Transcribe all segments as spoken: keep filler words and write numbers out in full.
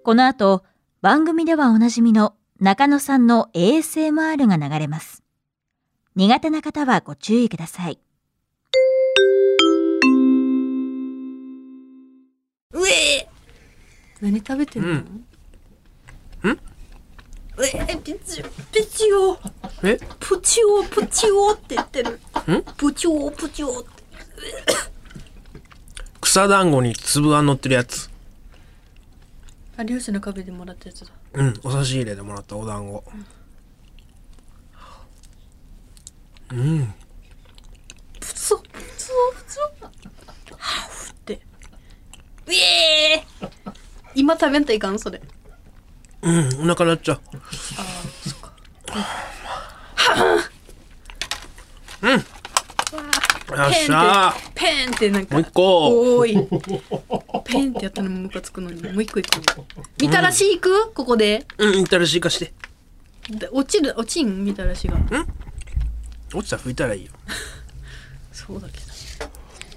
この後、番組ではおなじみの中野さんの エーエスエムアール が流れます。苦手な方はご注意ください。 うえ何食べてんの？うん、んえー、ピチピチオえプチオプチオって言ってる。んプチオプチオって草団子に粒あん乗ってるやつ。 有吉の壁でもらったやつだ。 うん、お差し入れでもらったお団子。うん、うん、 プツオプツオプツオハフってうえー今食べんといかんそれ。 うん、お腹鳴っちゃう。あー、そっか。 うん。よっしゃー。 ペンってなんか。 もう一個。 おーい。ペンってやったのもムカつくのに、もう一個いくの。みたらしいく、ここで。 うん、みたらしいかして。 落ちる、落ちんみたらしが。ん？ 落ちたら拭いたらいいよ。 そうだけど。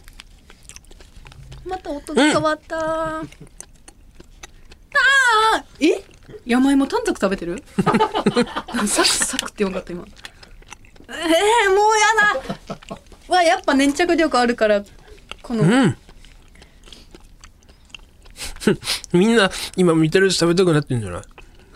また音が変わったー。うん、ああ、え？山芋短冊食べてる？サクサクって言わんかった今。えー、もうやだ。わ、やっぱ粘着力あるからこの。 うん。みんな今見てるし食べたくなってんじゃない？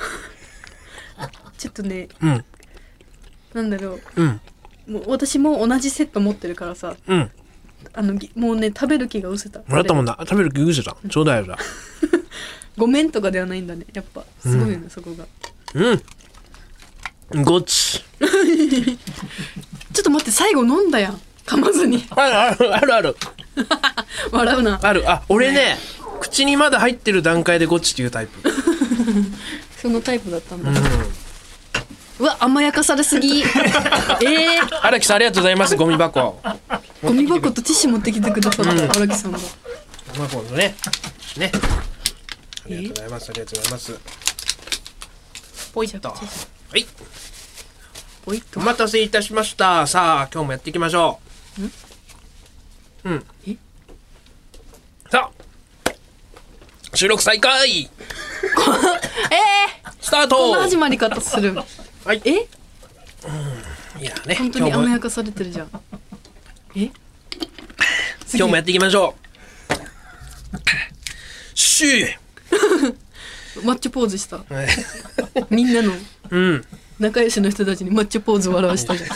ちょっとね。 うん。 なんだろう。 うん。 もう私も同じセット持ってるからさ。 うん。あのもうね食べる気が失せた。 もらったもんな。食べる気失せた。ちょうだいよだ。 ごめんとかではないんだね。やっぱすごいよね、うん、そこが。 うん。ごっち。ちょっと待って最後飲んだやん。噛まずに。 あるあるあるある。 笑うな。 ある。あ、俺ね、ね口にまだ入ってる段階でごっちっていうタイプ。 そのタイプだったんだ。うん、うわ甘やかされすぎ。ええー。 荒木さんありがとうございます。ゴミ箱。 ゴミ箱とティッシュ持ってきてくださった荒、うん、木さんが。ゴミ箱のね。ね。ありがとうございます。ありがとうございます。ポイッと。はい。 ポイッと。 お待たせいたしました。さあ今日もやっていきましょう。うん。え？さあ収録再開。ええー。 スタート。 こんな始まり方する。 はい。 え？ うん。いやね。 本当に甘やかされてるじゃん。え？ 今日もやっていきましょう。シュー。 マッチョポーズした。みんなの仲良しの人たちにマッチョポーズ笑わしたじゃん。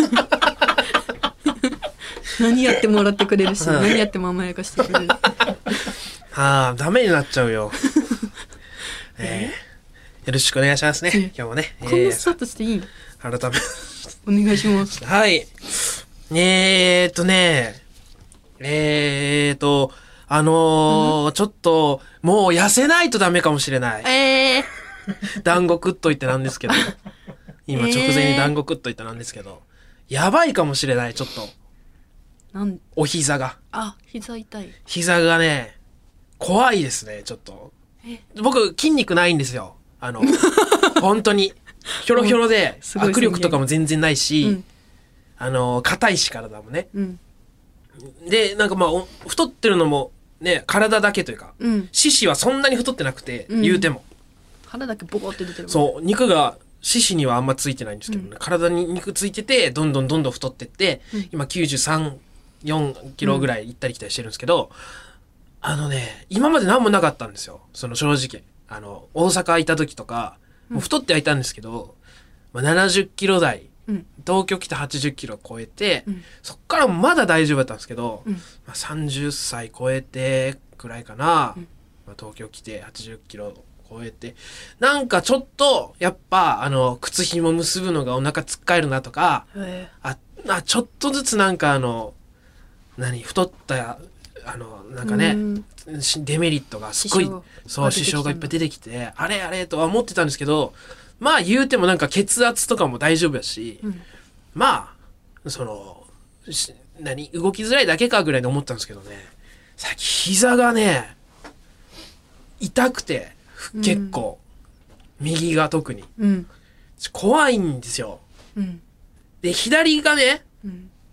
何やってもらってくれるし、何やっても甘やかしてくれる。 ああ、ダメになっちゃうよ。えー、よろしくお願いしますね。今日もね。 こんなスタートしていいの？ 改めお願いします。 はい。えーっとね、えーっと。あのーうん、ちょっともう痩せないとダメかもしれない。 えー、団子食っといてなんですけど今直前に団子食っといてなんですけど、えー、やばいかもしれない。ちょっとなんお膝があ膝痛い。 膝がね怖いですね。ちょっと僕筋肉ないんですよ。あの本当にひょろひょろで握力とかも全然ないし、うん、あの硬いし体もね、うん、でなんかまあ太ってるのもね、体だけというか、うん、四肢はそんなに太ってなくて、うん、言うても腹だけボコって出てるもん。 そう肉が四肢にはあんまついてないんですけどね、うん、体に肉ついててどんどんどんどん太ってって、うん、今きゅうじゅうさん、よんキロぐらい行ったり来たりしてるんですけど、うん、あのね今まで何もなかったんですよ。その正直あの大阪いた時とかもう太ってはいたんですけど、まあ、ななじゅっキロ台、うん、東京来てはちじゅっキロ超えて、うん、そっからまだ大丈夫だったんですけど、うんまあ、さんじゅっさい超えてくらいかな、うんまあ、東京来てはちじゅっキロ超えてなんかちょっとやっぱあの靴紐結ぶのがお腹つっかえるなとか、ああちょっとずつなんかあの何太ったあのなんかねデメリットがすごいそう支障がいっぱい出てきてあれあれとは思ってたんですけど、まあ言うてもなんか血圧とかも大丈夫やし、うん、まあその何動きづらいだけかぐらいで思ったんですけどね、最近膝がね痛くて結構、うん、右が特に、うん、怖いんですよ、うん、で左がね、うん、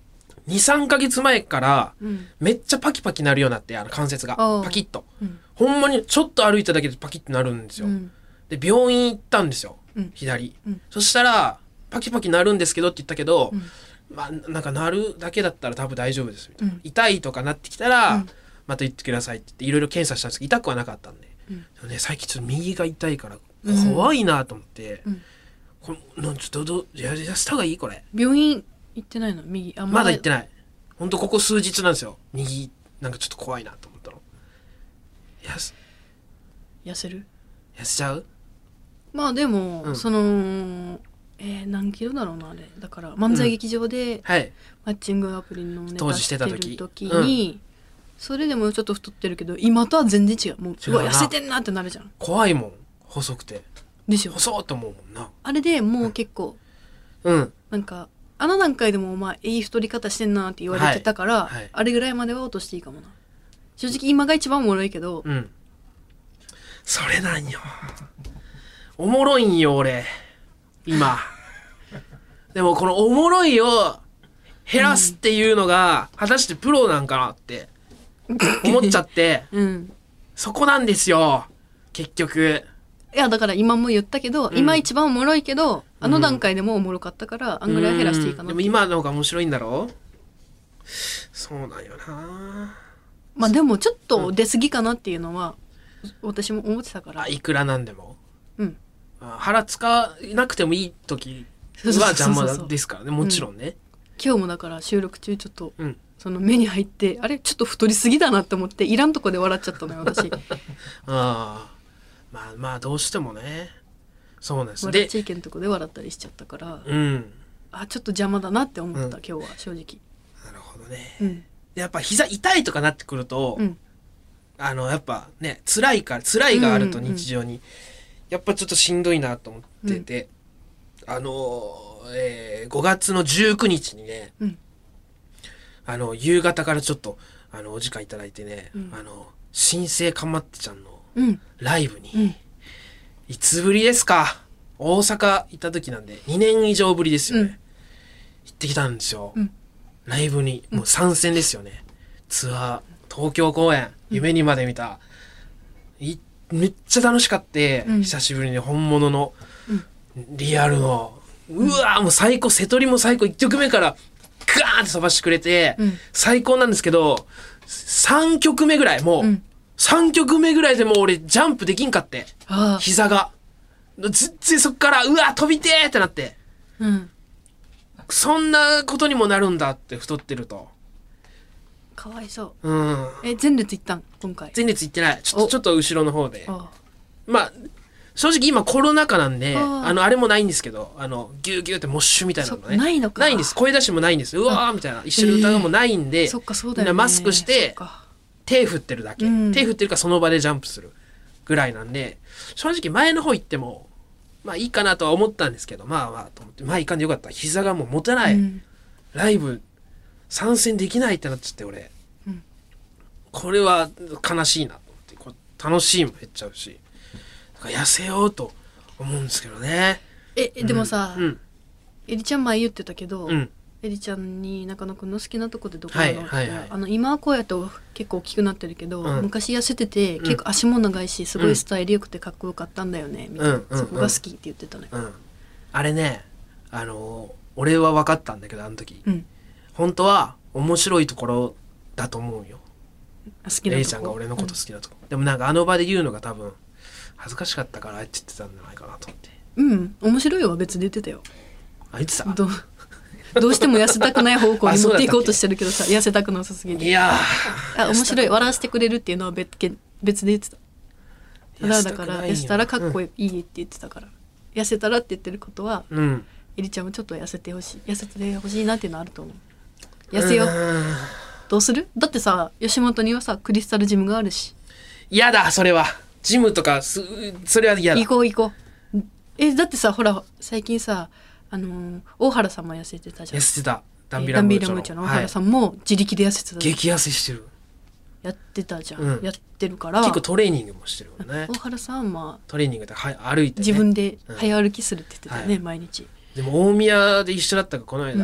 にさんかげつまえからうんめっちゃパキパキなるようになって、あの関節があーパキッと、 うんほんまにちょっと歩いただけでパキッとなるんですよ、 うんで病院行ったんですよ、 うん左、 うんそしたらパキパキなるんですけどって言ったけど、 うんまあなんかなるだけだったら多分大丈夫ですみたいな、 うん痛いとかなってきたら、 うんまた言ってくださいって言っていろいろ検査したんですけど痛くはなかったんで、 うんでもね最近ちょっと右が痛いから怖いなと思って、 うんこれなんちょっとどうややした方がいいこれ病院行ってないの右あまだ行ってないないほんとここ数日なんですよ右なんかちょっと怖いなと思ったのやす痩せる痩せちゃうまあでも、 うんそのえー、何キロだろうなあれだから漫才劇場ではいマッチングアプリのネ当時タしるしててた時時に、それでもちょっと太ってるけど今とは全然違うもう違うなうわ痩せてんなってなるじゃん怖いもん細くてでしょ細っと思うもんなあれでもう結構うんなんかあの段階でもまあいい太り方してんなって言われてたから、 はいはいあれぐらいまでは落としていいかもな正直今が一番おもろいけど、 うんそれなんよおもろいんよ俺今でもこのおもろいを減らすっていうのが、果たしてプロなんかなって思っちゃってうんそこなんですよ結局いやだから今も言ったけど、 うん今一番おもろいけどあの段階でもおもろかったから、あんぐらい減らしていいかなってうんでも今の方が面白いんだろうそうなんよなまあでもちょっと出過ぎかなっていうのは、私も思ってたからあいくらなんでもうんあ腹使わなくてもいい時そうそうは邪そうそう魔ですからねもちろんね、 今日もだから収録中ちょっとうんその目に入ってあれちょっと太りすぎだなって思っていらんとこで笑っちゃったのよ私ああまあまあどうしてもねそうなんです笑っでちゃいけんとこで笑ったりしちゃったからうんあちょっと邪魔だなって思った、 うん今日は正直なるほどねうんでやっぱ膝痛いとかなってくると、 うんあのやっぱね辛いから辛いがあるとうんうんうん日常に、やっぱちょっとしんどいなと思ってて、あのーえーごがつのじゅうくにちにね、 うんあの夕方からちょっとあのお時間いただいてね、 うんあの新生かまってちゃんのうんライブに、 うんいつぶりですか大阪行った時なんでにねん以上ぶりですよね、 うん行ってきたんですよ、 うんライブにもう参戦ですよね、ツアー東京公演夢にまで見た、いめっちゃ楽しかって、 うん久しぶりに本物の、リアルのうわーもう最高瀬戸りも最高いっきょくめからガーンって飛ばしてくれて、 うん最高なんですけどさんきょくめぐらいもう、 うんさんきょくめぐらいでもう俺ジャンプできんかってああ膝が全然そっからうわ飛びてーってなってうんそんなことにもなるんだって太ってるとかわいそうんうえ前列行ったん今回前列行ってないちょっとおちょっと後ろの方であまあ正直今コロナ禍なんであーあのあれもないんですけどあのギューギューってモッシュみたいなのそねないのかないんです声出しもないんですうわーみたいな一緒に歌うのもないんで、 あそっかそうだよねみんなマスクしそてっか手振ってるだけ、 うん手振ってるかその場でジャンプするぐらいなんで正直前の方行ってもまあいいかなとは思ったんですけどまあまあと思ってまあいかんでよかった膝がもう持たない、 うんライブ参戦できないってなっちゃって俺、 うんこれは悲しいなと思ってこれ楽しいも減っちゃうしだから痩せようと思うんですけどねええでもさ、 うんエリちゃん前言ってたけど、 うんエリちゃんに中野くんの好きなとこでどこなのって、 はいはいはいあの今はこうやと結構大きくなってるけど、 うん昔痩せてて結構足も長いしすごいスタイル良くてかっこよかったんだよねみたいな、 うんうんそこが好きって言ってたねうんあれねあの俺は分かったんだけどあの時うん本当は面白いところだと思うよ好きなとこレイちゃんが俺のこと好きなとこ、でもなんかあの場で言うのが多分恥ずかしかったからあえて言ってたんじゃないかなと思ってうん、うん、面白いは別で言ってたよあ言ってたどうどうしても痩せたくない方向にあそうだったっけ持っていこうとしてるけどさ痩せたくなさすぎていやあ面白い笑わせてくれるっていうのは別け別で言ってたただだから痩せたらかっこいいって言ってたから、痩せたらって言ってることはうん、うんエリちゃんもちょっと痩せてほしい痩せてほしいなっていうのあると思う痩せよううどうするだってさ吉本にはさクリスタルジムがあるし嫌だそれはジムとかすそれは嫌だ行こう行こうえだってさほら最近さあのー大原さんも痩せてたじゃん痩せてたダンビえダンビラムーチョのラムーチョの大原さんも自力で痩せてたじゃん、 激痩せしてるやってたじゃん、 うんやってるから結構トレーニングもしてるもんね大原さんはまあトレーニングでは歩いて、ね、 自分でうん早歩きするって言ってたよね、 はい毎日でも大宮で一緒だったからこの間、 うん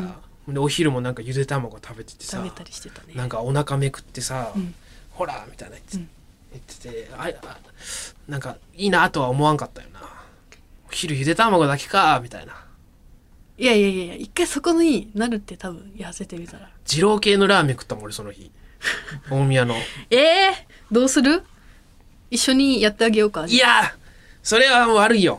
でお昼もなんかゆで卵食べててさ、 食べたりしてたね。 なんかお腹めくってさ、 うんほらみたいな言って,、 うん言っててああなんかいいなとは思わんかったよな。お昼ゆで卵だけかみたいな。 いやいやいやいや、一回そこになるって多分痩せてみたら。 二郎系のラーメン食ったもん俺その日大宮の。 ええー、どうする？一緒にやってあげようか。 いやそれはもう悪いよ。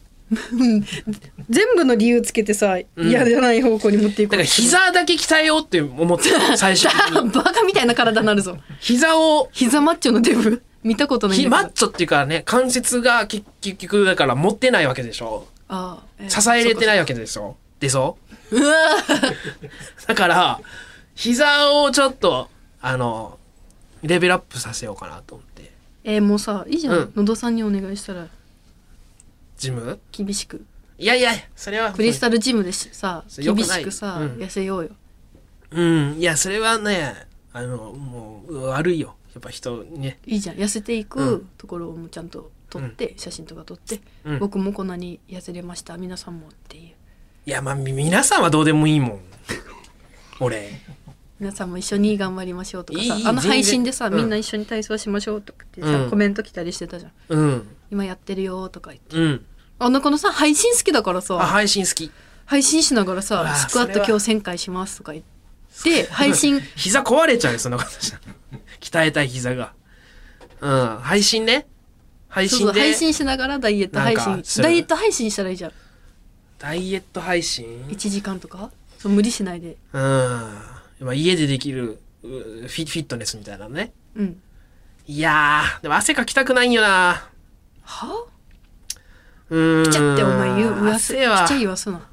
全部の理由つけてさ、嫌、うん、じゃない方向に持っていく。 だから膝だけ鍛えようって思ってた最初に。 バカみたいな体になるぞ。 膝を膝マッチョのデブ見たことないんだけど。 マッチョっていうかね、関節が結局だから持ってないわけでしょ。 ああ、えー、 支えれてないわけでしょ。でしょ。 うわだから膝をちょっとあのレベルアップさせようかなと思って。 えー、もうさいいじゃん、 うん、 野田さんにお願いしたら。 ジム厳しく。 いやいやそれはクリスタルジムでさ厳しくさ、うん、痩せようよ。 うんいやそれはねあのもう悪いよやっぱ人ね。 いいじゃん痩せていくところをもちゃんと撮って、うん、写真とか撮って、うん、僕もこんなに痩せれました皆さんもっていう。 いやまあ皆さんはどうでもいいもん俺。 皆さんも一緒に頑張りましょうとかさ、 いいあの配信でさ、うん、みんな一緒に体操しましょうとかってさ、うん、コメント来たりしてたじゃん、 うん、 今やってるよとか言って、 うん、 あの子のさ配信好きだからさ、 あ配信好き配信しながらさスクワット今日せんかいしますとか言って配信膝壊れちゃうよそんなことしたら鍛えたい膝が。うん配信ね配信でそうそう配信しながらダイエット配信ダイエット配信したらいいじゃん。 ダイエット配信いちじかんとかそう無理しないで、 うんまあ、家でできるフィ、フィットネスみたいなのね。 うんいやーでも汗かきたくないんよな。 はうーんピチャってお前言う汗はピチャ言わすな、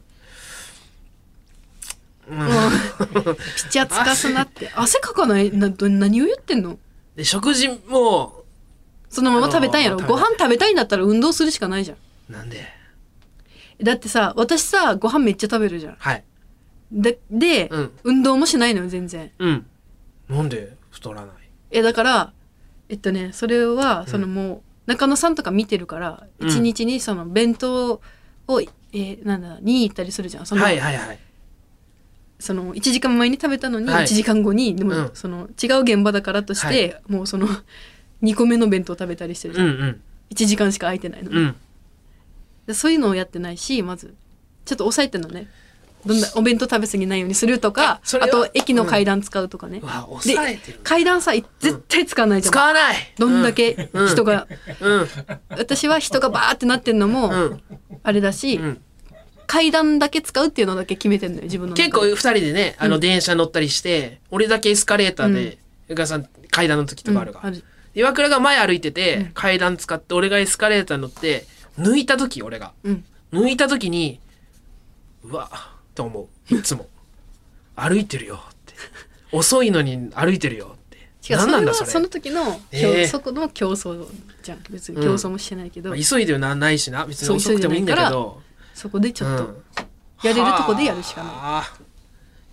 うん、ピチャつかすなって汗かかないな何を言ってんの。 で食事もそのまま食べたいんやろ。ご飯食べたいんだったら運動するしかないじゃん。 なんでだってさ私さご飯めっちゃ食べるじゃん。 はいで、で、 うん、 運動もしないのよ全然。 うんなんで太らない。 えだからえっとねそれはそのもう、うん、中野さんとか見てるから一、うん、日にその弁当を、えー、なんだに行ったりするじゃん。その、 はいはいはい、 そのいちじかんまえに食べたのにいちじかんごに、はい、でも、うん、その違う現場だからとして、はい、もうそのにこめの弁当食べたりしてるじゃん、 うんうん、 いちじかんしか空いてないのに、うん、でそういうのをやってないしまずちょっと抑えてんのね。どんなお弁当食べ過ぎないようにするとか あ, あと駅の階段使うとかね、うん、 わで階段さ絶対使わないじゃん、 使わない。 どんだけ人が、 うんうん、 私は人がバーってなってんのもあれだし、うん、階段だけ使うっていうのだけ決めてんのよ自分の中で。 結構ふたりでねあの電車乗ったりして、うん、俺だけエスカレーターで、うん、がさん階段の時とかあるが、うん、岩倉が前歩いてて、うん、階段使って俺がエスカレーター乗って抜いた時俺が、うん、抜いた時にうわと思ういつも歩いてるよって遅いのに歩いてるよって違う何なんだそれ。その時の、えー、そこの競争じゃん。別に競争もしてないけど、 うんまあ、急いではなないしな別に遅くてもいいんだけどそ, そこでちょっと、うん、やれるとこでやるしかない。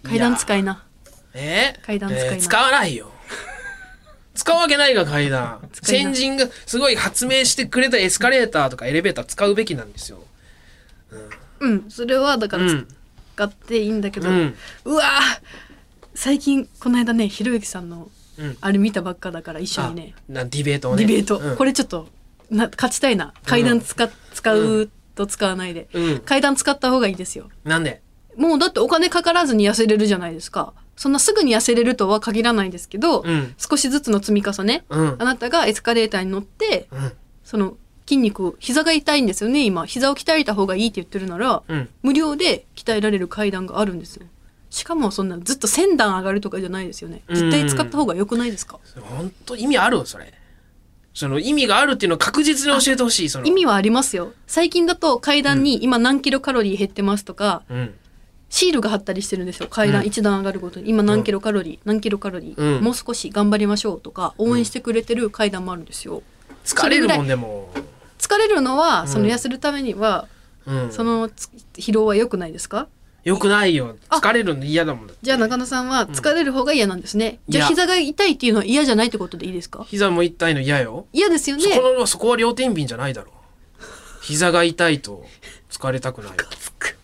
階段使いな。 えー、 階段使いな、えー、 使わないよ使うわけないが階段先人がすごい発明してくれたエスカレーターとかエレベーター使うべきなんですよ。 うん、うん、それはだから、うん使っていいんだけど、うん、うわ最近この間ねひろゆきさんの、うん、あれ見たばっかだから一緒にねなディベートをねディベート、うん、これちょっとな勝ちたいな。階段使、うん、使うと使わないで、うん、階段使った方がいいですよ。 なんでもうだってお金かからずに痩せれるじゃないですか。そんなすぐに痩せれるとは限らないですけど、うん、少しずつの積み重ね、うん、あなたがエスカレーターに乗って、うん、その筋肉膝が痛いんですよね今。膝を鍛えた方がいいって言ってるなら、うん、無料で鍛えられる階段があるんですよ。しかもそんなずっとせん段上がるとかじゃないですよね。絶対使った方が良くないですか。 本当意味あるそれ。その意味があるっていうのを確実に教えてほしい。その意味はありますよ。最近だと階段に今何キロカロリー減ってますとか、うん、シールが貼ったりしてるんですよ。階段いち段上がるごとに今何キロカロリー、うん、何キロカロリー、うん、もう少し頑張りましょうとか応援してくれてる階段もあるんですよ。 疲れるもんでも疲れるのは、うん、その痩せるためには、うん、その疲労は良くないですか。 良くないよ。疲れるの嫌だもんだって。 じゃあ中野さんは疲れる方が嫌なんですね、うん、じゃあ膝が痛いっていうのは嫌じゃないってことでいいですか。 膝も痛いの嫌よ。 嫌ですよね。 そこのそこは両天秤じゃないだろう。膝が痛いと疲れたくない。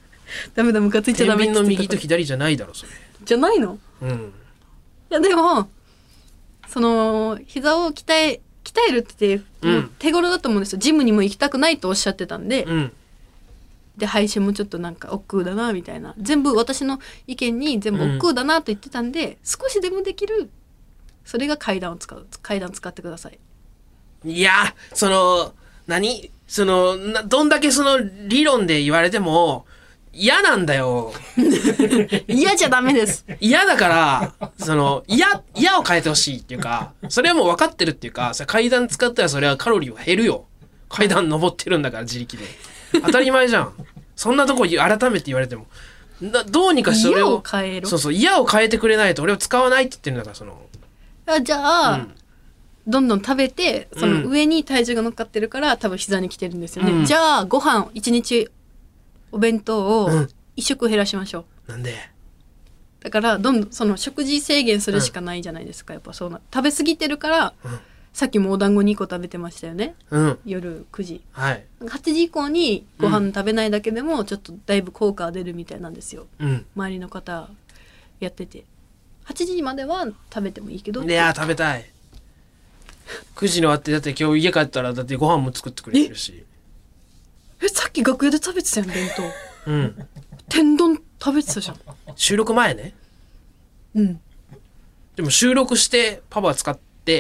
ダメだムカついちゃダメって天秤の右と左じゃないだろそれ。 じゃないの？ うん。いやでもその膝を鍛え鍛えるって、うん、もう手頃だと思うんですよ。ジムにも行きたくないとおっしゃってたんで、うん、で配信もちょっとなんか億劫だなみたいな、全部私の意見に全部億劫だなと言ってたんで、うん、少しでもできるそれが階段を使う階段使ってください。 いやその何そのなどんだけその理論で言われても嫌なんだよ。 嫌じゃダメです。 嫌だからその嫌嫌を変えてほしいっていうか、それはもう分かってるっていうか、階段使ったらそれはカロリーは減るよ。階段登ってるんだから自力で当たり前じゃん。そんなとこ改めて言われてもな、どうにかそれを嫌を変えろ。 そうそう嫌を変えてくれないと俺を使わないって言ってるんだから。そのあじゃあ、うん、どんどん食べてその上に体重が乗っかってるから、うん、多分膝に来てるんですよね、うん、じゃあご飯いちにちお弁当を一食減らしましょう、 うん、なんでだからどんどんその食事制限するしかないじゃないですか、うん、やっぱそうな食べ過ぎてるから、うん、さっきもお団子にこ食べてましたよね、うん、夜くじ、はい、はちじ以降にご飯食べないだけでもちょっとだいぶ効果が出るみたいなんですよ、うん、周りの方やっててはちじまでは食べてもいいけど、 いや食べたい。くじのあってだって今日家帰ったらだってご飯も作ってくれてるし。 ええさっき楽屋で食べてたやん弁当。うん天丼食べてたじゃん。 収録前ね。うんでも収録してパワー使って。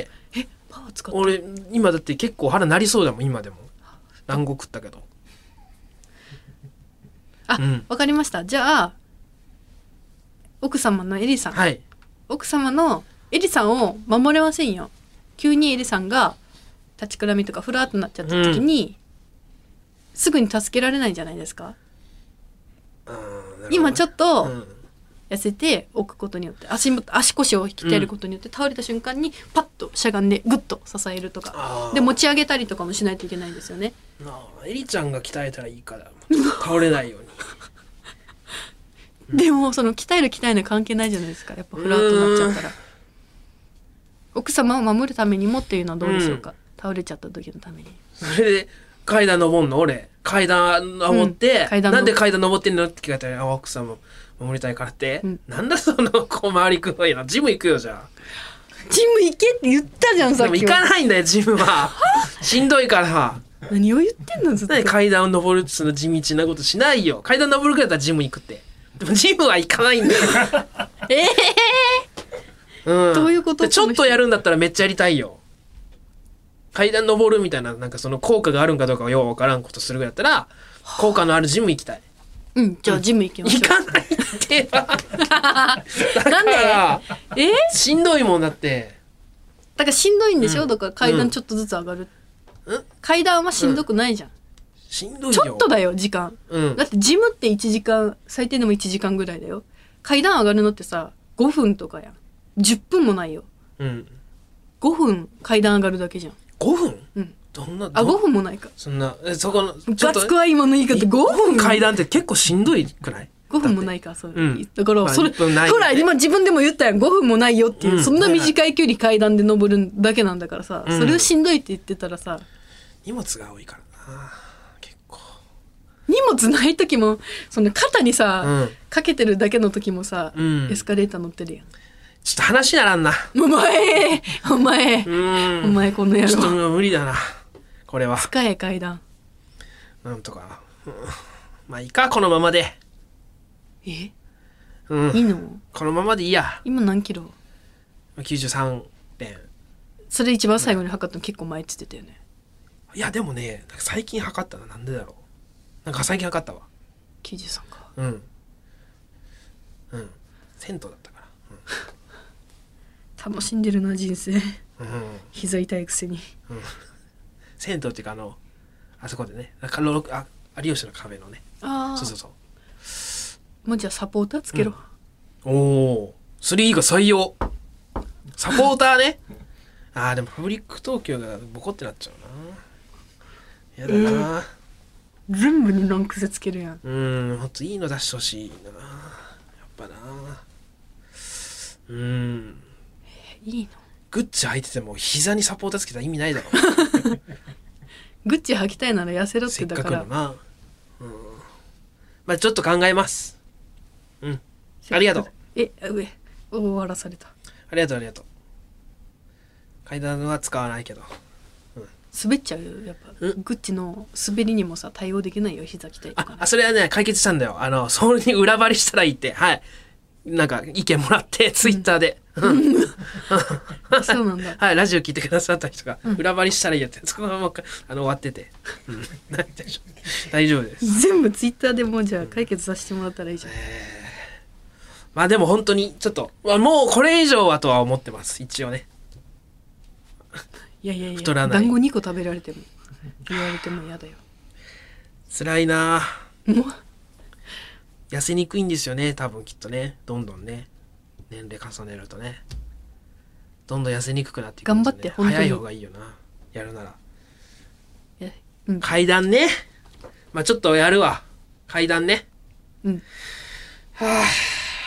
えパワー使って俺今だって結構腹鳴りそうだもん今でも。団子食ったけど。 あ、うん、わかりました。じゃあ奥様のエリさん、はい、奥様のエリさんを守れませんよ。急にエリさんが立ちくらみとかフラーっとなっちゃった時に、うん、すぐに助けられないんじゃないですか。今ちょっと痩せておくことによって 足, 足腰を鍛えることによって、倒れた瞬間にパッとしゃがんでグッと支えるとかで持ち上げたりとかもしないといけないんですよね。 エリちゃんが鍛えたらいいから倒れないように。 でもその鍛える鍛えない関係ないじゃないですか。やっぱフラッとなっちゃったら奥様を守るためにもっていうのはどうでしょうか、うん、倒れちゃった時のために。 それで階段登んの俺階段登って、うん、階段なんで階段登ってんのって聞かれたら奥様守りたいからって、うん、なんだそのこう回りくどいな。ジム行くよじゃあ。 ジム行けって言ったじゃんさっき。 でも行かないんだよジムは。しんどいから。 何を言ってんのずっと。 階段を登るその地道なことしないよ。階段登るくらいだったらジム行くって。でもジムは行かないんだよ。 ええー、うん、どういうこと？ ちょっとやるんだったらめっちゃやりたいよ。階段登るみたいななんかその効果があるんかどうかはようわからんことするぐらいだったら効果のあるジム行きたい。 うんじゃあジム行きましょう。 行かないってなんで？え？ しんどいもんだって。 だからしんどいんでしょ、うん、だから階段ちょっとずつ上がる、うん、階段はしんどくないじゃん、うん、 しんどいよ。 ちょっとだよ時間、うん、だってジムっていちじかん最低でもいちじかんぐらいだよ。階段上がるのってさごふんとかやん。じゅっぷんもないよ、うん、ごふん階段上がるだけじゃん。 ごふん？ うんどんなあごふんもないか。 そんなえそこのガツクワイマの言い方ごふん階段って結構しんどいくらい？ ごふんもないかそう、うん、だから、まあ、それほら今自分でも言ったやんごふんもないよっていう、うん、そんな短い距離階段で登るだけなんだからさ、うん、それをしんどいって言ってたらさ荷物が多いからな結構。 荷物ない時もその肩にさ、うん、かけてるだけの時もさ、うん、エスカレーター乗ってるやん。 ちょっと話ならんなお前お前お前この野郎ちょっと無理だなこれは。 使え階段なんとか、うん、まあいいかこのままで。 え、 うん、 いいの？ このままでいいや。 今何キロ？ きゅうじゅうさんてん。 それ一番最後に測ったの結構前って言ってたよね。 いやでもねなんか最近測ったのなんでだろう。なんか最近測ったわ。 きゅうじゅうさんか。 うんうん銭湯だったから、 うん、楽しんでるな人生、うん、膝痛いくせに、 うん、銭湯っていうかあのあそこでねあ有吉の壁のね。あそうそうそう。 もうじゃあサポーターつけろ、 うん、おお スリーイー が採用サポーターねあーでもパブリック東京がボコってなっちゃうな。やだな、 うん、全部にランクせつけるやん。 うんもっといいの出してほしいなやっぱな。うんえいいのグッチ履いてても膝にサポーターつけたら意味ないだろグッチ履きたいなら痩せろってだから。 せっかくのな、うん、 まあちょっと考えます。うん。ありがとう。 え、上、終わらされた。 ありがとうありがとう。階段は使わないけど。 うん、滑っちゃうよ。やっぱ、グッチの滑りにもさ、対応できないよ、膝きたいとか、ね。 あ、それはね、解決したんだよ。あの、それに裏張りしたらいいって。はい。なんか、意見もらって、ツイッターで。うん。 そうなんだ。 はい、ラジオ聞いてくださった人が、裏張りしたらいいやって、そこがもう、あの、終わってて。うん。大丈夫です。 全部ツイッターでもうじゃあ解決させてもらったらいいじゃん。えー、 まあでも本当に、ちょっと、もうこれ以上はとは思ってます。一応ね。 いやいやいや、太らない。団子にこ食べられても、言われても嫌だよ。 辛いなぁ。もう痩せにくいんですよね、多分きっとね。どんどんね、年齢重ねるとね、どんどん痩せにくくなっていくんですよね。頑張って、本当に。早い方がいいよな、やるなら。うん、階段ね。まあちょっとやるわ。階段ね。うん。はぁ。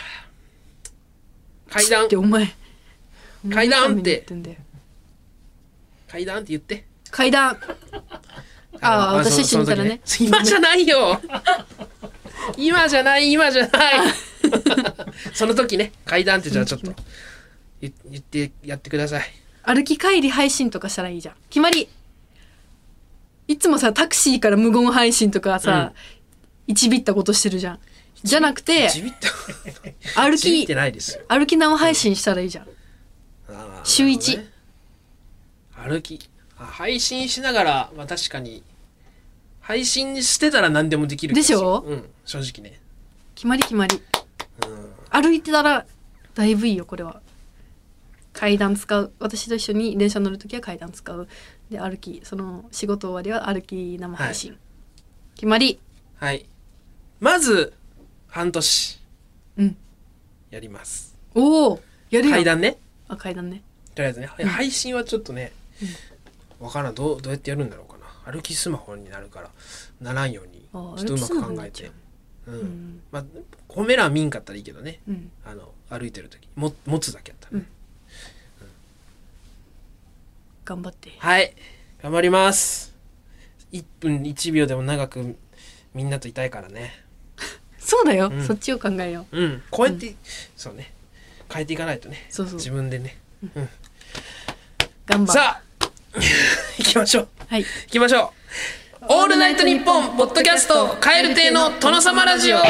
階段。ってお前。階段って。階段って言って。 階段。ああ、私死んだらね。 今じゃないよ。今じゃない、今じゃない。その時ね、階段ってじゃあちょっと言ってやってください。 歩き帰り配信とかしたらいいじゃん。決まり。いつもさ、タクシーから無言配信とかさ、いち、うん、びったことしてるじゃん。じゃなくて、歩き、歩き生配信したらいいじゃん。うん、週いち、ね。 歩き。配信しながら、まあ確かに、配信してたら何でもできるでしょ。 うん、正直ね。 決まり決まり。うん、歩いてたら、だいぶいいよ、これは。階段使う。私と一緒に電車乗るときは階段使う。で、歩き、その仕事終わりは歩き生配信。はい、決まり。 はい。まず、半年。うん。やります。 おお、やるよ。 階段ね。 あ、階段ね。 とりあえずね、うん、配信はちょっとね、うん、わからん、どう、どうやってやるんだろうかな。歩きスマホになるから、ならんように、ちょっとうまく考えて。うん。うん、まあ、褒めら見んかったらいいけどね。うん、あの、歩いてるとき、も、持つだけやったらね。うんうん、頑張って。 はい。頑張ります。いっぷんいちびょうでも長くみんなといたいからね。 そうだよ、うん、そっちを考えよう。うん。こうやって、うん、そうね。変えていかないとね。そうそう。自分でね。うん。 頑張る。 さあ行きましょう。 はい。 行きましょう。オールナイトニッポンポッドキャスト蛙亭の殿様ラジオ。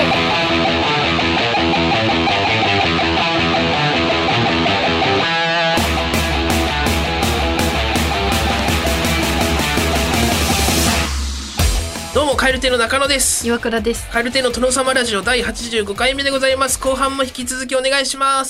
どうも蛙亭の中野です。 岩倉です。 蛙亭の殿様ラジオだいはちじゅうごかいめでございます。後半も引き続きお願いします。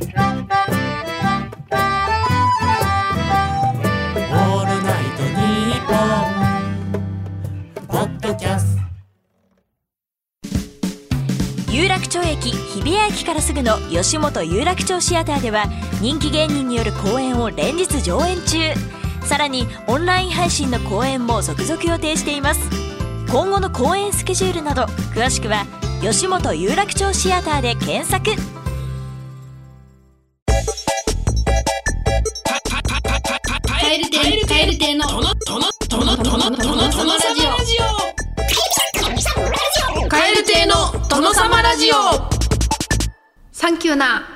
有楽町駅日比谷駅からすぐの吉本有楽町シアターでは人気芸人による公演を連日上演中。さらにオンライン配信の公演も続々予定しています。今後の公演スケジュールなど詳しくは吉本有楽町シアターで検索。 蛙亭蛙亭のトノトノトノトノトノトノラジオ。蛙亭の殿様ラジオ。サンキューな。はい。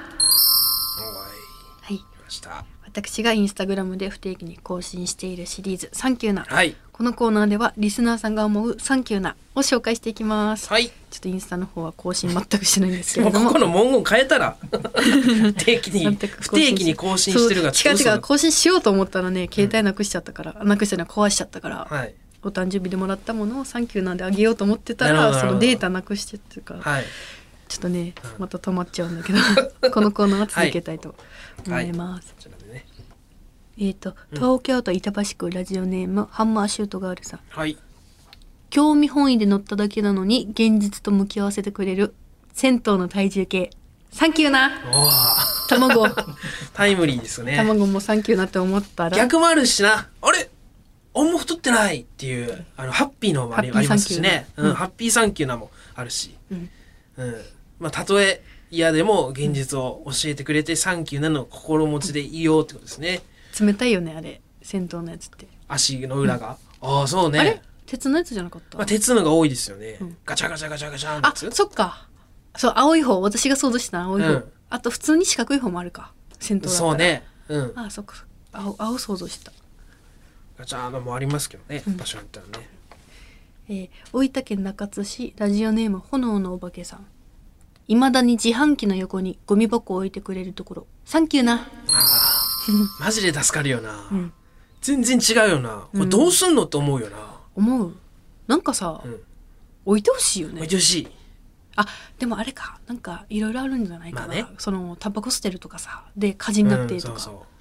私がインスタグラムで不定期に更新しているシリーズサンキューな。はい。このコーナーではリスナーさんが思うサンキューなを紹介していきます。はい。ちょっとインスタの方は更新全くしてないんですけれども。 もうここの文言変えたら不定期に不定期に更新してるが違う違う更新しようと思ったらね携帯なくしちゃったから、うん、なくしたのは壊しちゃったから。はい。お誕生日でもらったものをサンキューなんであげようと思ってたらそのデータなくしてっていうか、はい、ちょっとねまた止まっちゃうんだけどこのコーナーは続けたいと思います。はいはいね、えっ、ー、と東京都板橋区ラジオネーム、うん、ハンマーシュートガールさん、はい、興味本位で乗っただけなのに現実と向き合わせてくれる銭湯の体重計サンキューな。卵タイムリーですよね。 卵もサンキューなって思ったら逆もあるしな。あれあんま太ってないっていうあのハッピーのもありますしね、うん、ハッピーサンキューなもあるし、うんうん、まあたとえ嫌でも現実を教えてくれてサンキューなの心持ちでいようってことですね。 冷たいよねあれ銭湯のやつって。 足の裏が、うん、ああそうね。あれ鉄のやつじゃなかった、 まあ、鉄のが多いですよね、 うん、 ガチャガチャガチャガチャのやつ。 あ、そっか。そう、青い方、私が想像した青い方、うん、あと普通に四角い方もあるか、戦闘だったら。 そうね、うん、 あ、そっか、青青想像した。 ガチャのもありますけどね、うん、場所によってはね。 えー、大分県中津市ラジオネーム炎のお化けさん。いまだに自販機の横にゴミ箱を置いてくれるところ、サンキューな。 あマジで助かるよな、うん、全然違うよな、これどうすんのって思うよな、 うん、思う。なんかさ、うん、置いてほしいよね。 置いてほしい。 あ、でもあれか、なんかいろいろあるんじゃないかな、まあね、そのタバコ捨てるとかさで火事になってとか、うん、そうそう、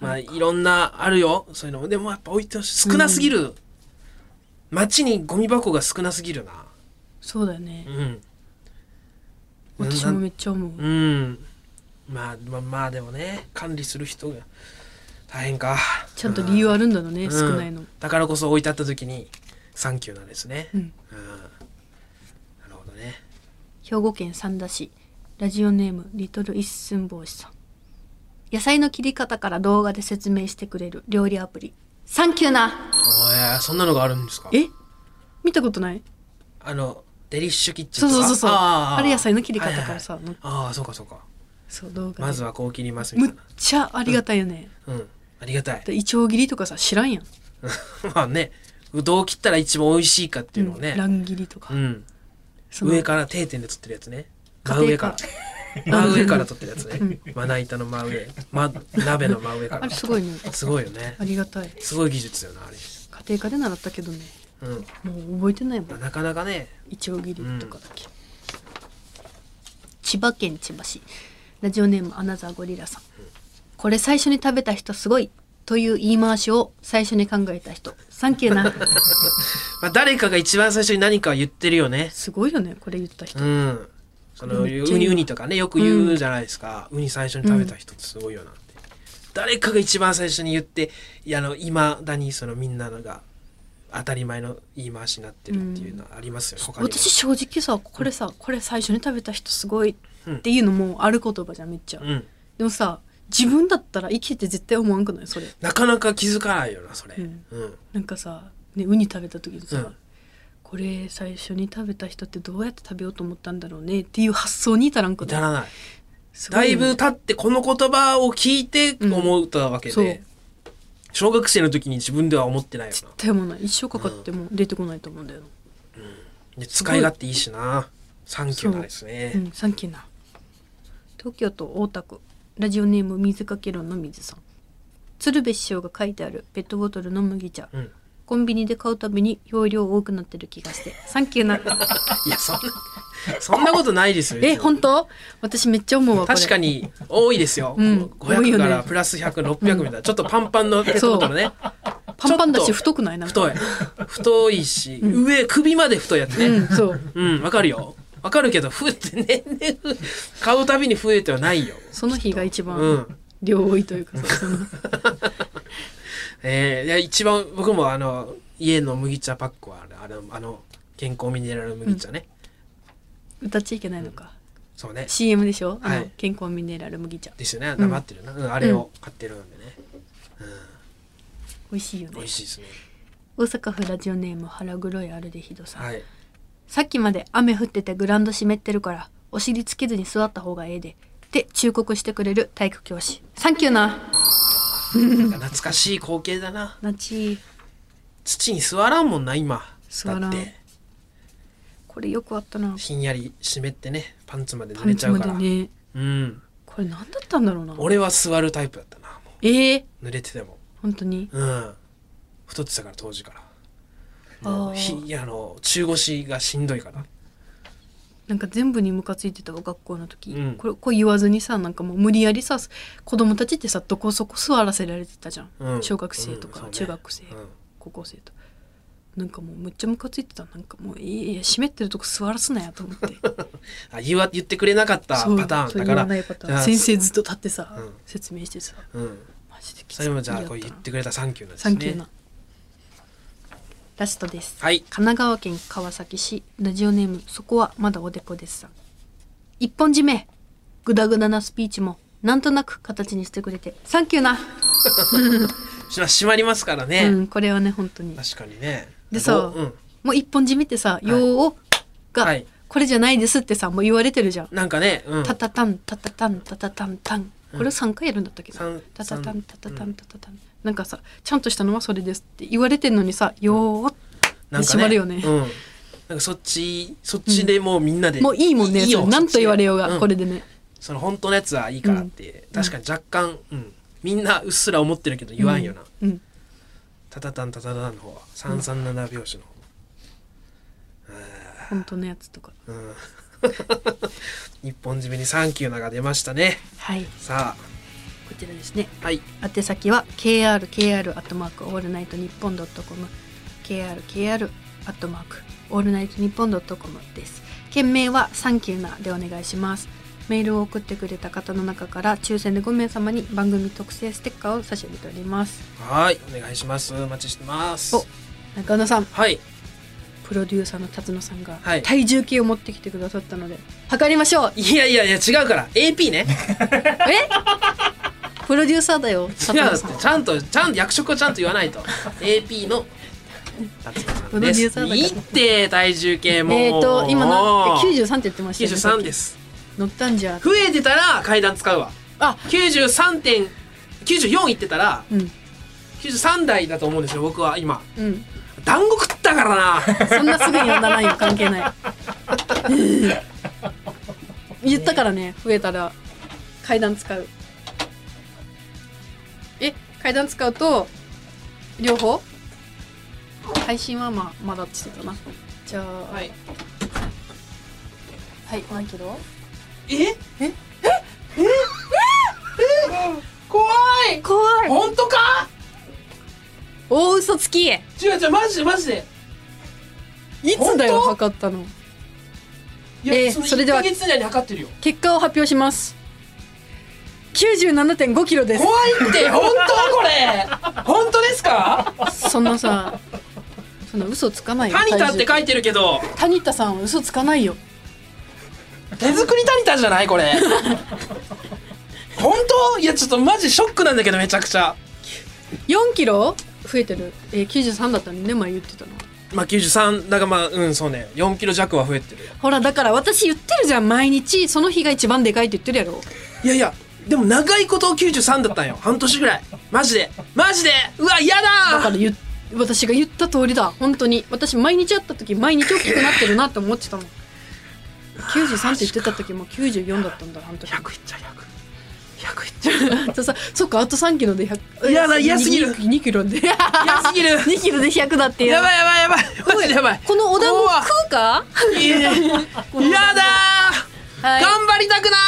まあいろんなあるよそういうの。でもやっぱ置いてほしい。少なすぎる、うん、街にゴミ箱が少なすぎるな。 そうだよね、 うん、 私もめっちゃ思う。 うん、まあ、まあまあでもね、管理する人が大変か。 ちゃんと理由あるんだろうね、うん、少ないの。 だからこそ置いてあった時にサンキューなんですね、うんうん、なるほどね。 兵庫県三田市ラジオネームリトル一寸法師さん。野菜の切り方から動画で説明してくれる料理アプリ、サンキューな。 おい、そんなのがあるんですか。 え、見たことない？ あのデリッシュキッチンとか。 そうそうそう、あ, あれ野菜の切り方からさ、はいはいはい、 ああそうかそうか。 そう動画まずはこう切りますみたいな。 むっちゃありがたいよね。 うん、うん、ありがたい。 でイチョウ切りとかさ知らんやん。 まあね、どう切ったら一番美味しいかっていうのをね、 うん、乱切りとか、うん、 上から定点で取ってるやつね。真上から真上から取ってるやつね、うん、まな板の真上、ま、鍋の真上から。 あれすごいね。 すごいよね。 ありがたい。 すごい技術よなあれ。 家庭科で習ったけどね、うん、もう覚えてないもん。 なかなかね、 イチョウ切りとかだけ、うん、千葉県千葉市ラジオネームアナザーゴリラさん、うん、これ最初に食べた人すごいという言い回しを最初に考えた人、サンキューな。 まあ誰かが一番最初に何か言ってるよね。 すごいよねこれ言った人、 うん、そのウニウニとかねよく言うじゃないですか、うん、ウニ最初に食べた人ってすごいよなって、うん、誰かが一番最初に言って、いやあの未だにそのみんなのが当たり前の言い回しになってるっていうのはありますよね、うん、 私正直さこれさ、うん、これ最初に食べた人すごいっていうのもある言葉じゃんめっちゃ、うん、でもさ自分だったら生きて絶対思わんくないそれ。 なかなか気づかないよなそれ、うんうん、なんかさ、ね、ウニ食べた時にさ、うん、これ最初に食べた人ってどうやって食べようと思ったんだろうねっていう発想に至らんくない？ 至らない。だいぶ経ってこの言葉を聞いて思ったわけで、うん小学生の時に自分では思ってないよな。 絶対もない。一生かかっても出てこないと思うんだよな、 うん、で使い勝手いいしな。サンキューなですね、 うん、サンキューな。東京都大田区ラジオネーム水かけ論の水さん。鶴瓶師匠が書いてあるペットボトルの麦茶、うん、コンビニで買うたびに容量多くなってる気がしてサンキューな。 いやそんなそんなことないですよ。 え本当？私めっちゃ思うわ。 確かに多いですよ、うん、ごひゃくからプラスひゃく、ろっぴゃくみたいな、うん、ちょっとパンパンのペットボトルね。 パンパンだし太くない？なんか太い太いし、うん、上首まで太いやつね、うん、そううんわかるよわかるけど増えて年々買うたびに増えてはないよ。 その日が一番量多いというかさ、うん、 えー、いや一番僕もあの家の麦茶パックはあのあの健康ミネラル麦茶ね、 うん、歌っちゃいけないのか、うん、 そうねシーエム でしょ、はい、あの健康ミネラル麦茶ですよね。黙ってるな、うん、あれを買ってるんでね、 うん、美味しいよね。 美味しいですね。 大阪府ラジオネーム腹黒いアルデヒドさん、 はい、 さっきまで雨降っててグラウンド湿ってるからお尻つけずに座った方がええでって忠告してくれる体育教師、サンキューな。 懐かしい光景だな。 なち土に座らんもんな今。 座らん。これよくあったな。 ひんやり湿ってねパンツまで濡れちゃうから。パンツまでね。うん。 これ何だったんだろうな。 俺は座るタイプだったな。もうえー、 濡れてても。 本当に。 うん。太ってたから当時から。もうひいやあの中腰がしんどいから。 なんか全部にムカついてたわ学校の時、うん、これこう言わずにさなんかもう無理やりさ子供たちってさどこそこ座らせられてたじゃん、うん、小学生とか、うんね、中学生、うん、高校生となんかもうむっちゃムカついてた。なんかもういや湿ってるとこ座らすなやと思ってあ 言, わ言ってくれなかったパターンだからないパターン。 先生ずっと立ってさ、うん、説明してさ、うん、 マジできつい。それもじゃあこう言ってくれたサンキューなんですね。サンキューな。ラストです、 はい、 神奈川県川崎市ラジオネームそこはまだおでこですさん。一本締めグダグダなスピーチもなんとなく形にしてくれてサンキューな。 閉まりますからね、 うん、これはね本当に確かにねでさ、うん、もう一本締めってさ「よー」が、はい、これじゃないですってさもう言われてるじゃん。 なんかね、うん、 タタタンタタタンタタタンタン、これさんかいやるんだったっけな、うん、タタタンタタタンタタタン、なんかさちゃんとしたのはそれですって言われてんのにさ「よー」って閉まるよね。 うんなんかそっちそっちでもうみんなで、 うん、もういいもんね。いいよなんと言われようが、うん、これでね。 その本当のやつはいいからって、うん、確かに若干、うん、みんなうっすら思ってるけど言わんよな。うんうん、タタタンタタタンの方はさんさんなな拍子の方。 うん、本当のやつとか。うん、 一本締めにサンキューなが出ましたね。 はい。 さあこちらですね。 はい。 宛先は ケーアールケーアール アットマークオールナイトニッポンドットコム ケーアールケーアール アットマークオールナイトニッポンドットコムです。件名はサンキューなでお願いします。メールを送ってくれた方の中から抽選でごめい様に番組特製ステッカーを差し上げております。 はいお願いします。お待ちしてます。 お中野さん、 はい、 プロデューサーの辰野さんが体重計を持ってきてくださったので、はい、測りましょう。 いやいやいや違うから エーピー ねえプロデューサーだよ。 違うってちゃんとちゃんと役職をちゃんと言わないとエーピー のプロデューサーだからいいって体重計もえっと今なきゅうじゅうさんって言ってましたよね。 きゅうじゅうさんです乗ったんじゃ。 増えてたら階段使うわ。あ きゅうじゅうさんてんきゅうじゅうよん いってたら、うん、きゅうじゅうさん台だと思うんですよ僕は今、うん、団子食ったからなそんなすぐにはならんよ関係ない言ったからね増えたら階段使う。え階段使うと両方配信はまあまだって言ってたな。じゃあはいはい何キロ？ ええええええ怖い怖い本当か？ 大嘘つき。違う違うマジでマジでいつだよ測ったの。 いや、えー、それではいっかげつ以内に測ってるよ。 結果を発表します。きゅうじゅうななてんごキロです。 怖いって本当これ本当ですか？ そんなさそんな嘘つかないよ。 タニタって書いてるけどタニタさんは嘘つかないよ。 手作りタニタじゃないこれ本当？いやちょっとマジショックなんだけどめちゃくちゃよんキロ増えてる、えー、きゅうじゅうさんだったのね前言ってたの。 まあきゅうじゅうさんだからまあうんそうねよんキロ弱は増えてる。 ほらだから私言ってるじゃん毎日その日が一番でかいって言ってるやろ。 いやいやでも長いこときゅうじゅうさんだったんよ半年ぐらいマジでマジでうわ嫌だだから言私が言った通りだ本当に。私毎日会った時毎日大きくなってるなって思ってたもんきゅうじゅうさんって言ってた時もきゅうじゅうよんだったんだ半年。 ひゃくいっちゃうひゃくひゃくいっちゃうさそっかあとさんキロでひゃく。 いやだ嫌すぎるにキロで嫌すぎるにキロでひゃくだっていう。 やばいやばいやばいマジでやばい。 このお団子食うか？ いややだー、はい、頑張りたくない。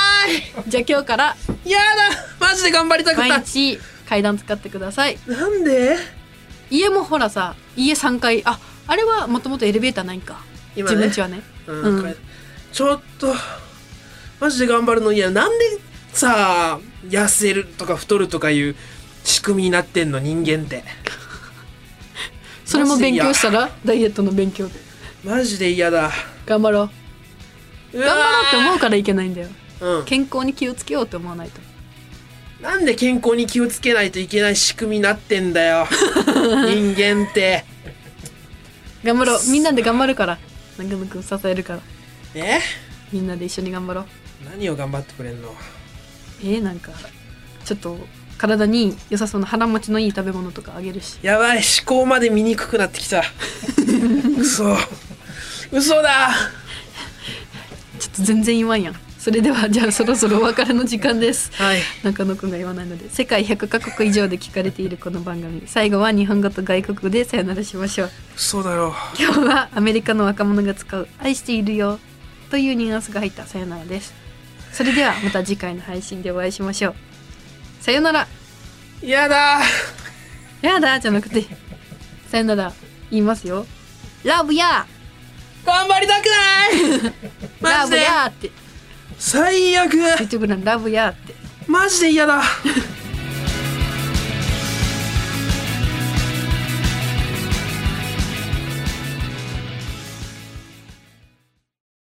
じゃあ今日からやだマジで頑張りたくない。 毎日階段使ってください。 なんで？ 家もほらさ家さんかいああれはもともとエレベーターないんか、ね、自分家はね、 うんうん、ちょっとマジで頑張るの。いやなんでさ痩せるとか太るとかいう仕組みになってんの人間ってそれも勉強したらダイエットの勉強でマジで嫌だ。 頑張ろう頑張ろうって思うからいけないんだよ、うん、健康に気をつけようって思わないと。 なんで健康に気をつけないといけない仕組みになってんだよ人間って頑張ろうみんなで頑張るから中野くん支えるからえみんなで一緒に頑張ろう。 何を頑張ってくれんの？ えー、なんかちょっと体に良さそうな腹持ちのいい食べ物とかあげるし。 やばい思考まで見にくくなってきた嘘嘘だちょっと全然言わんやん。それではじゃあそろそろお別れの時間です、 はい、 中野くんが言わないので。世界ひゃくカ国以上で聞かれているこの番組、最後は日本語と外国語でさよならしましょう。 そうだろう。 今日はアメリカの若者が使う愛しているよというニュアンスが入ったさよならです。それではまた次回の配信でお会いしましょう。さよなら。 やだやだじゃなくてさよなら言いますよ。ラブや頑張りたくないラブやって最悪言ってくれんラブやってマジで嫌だ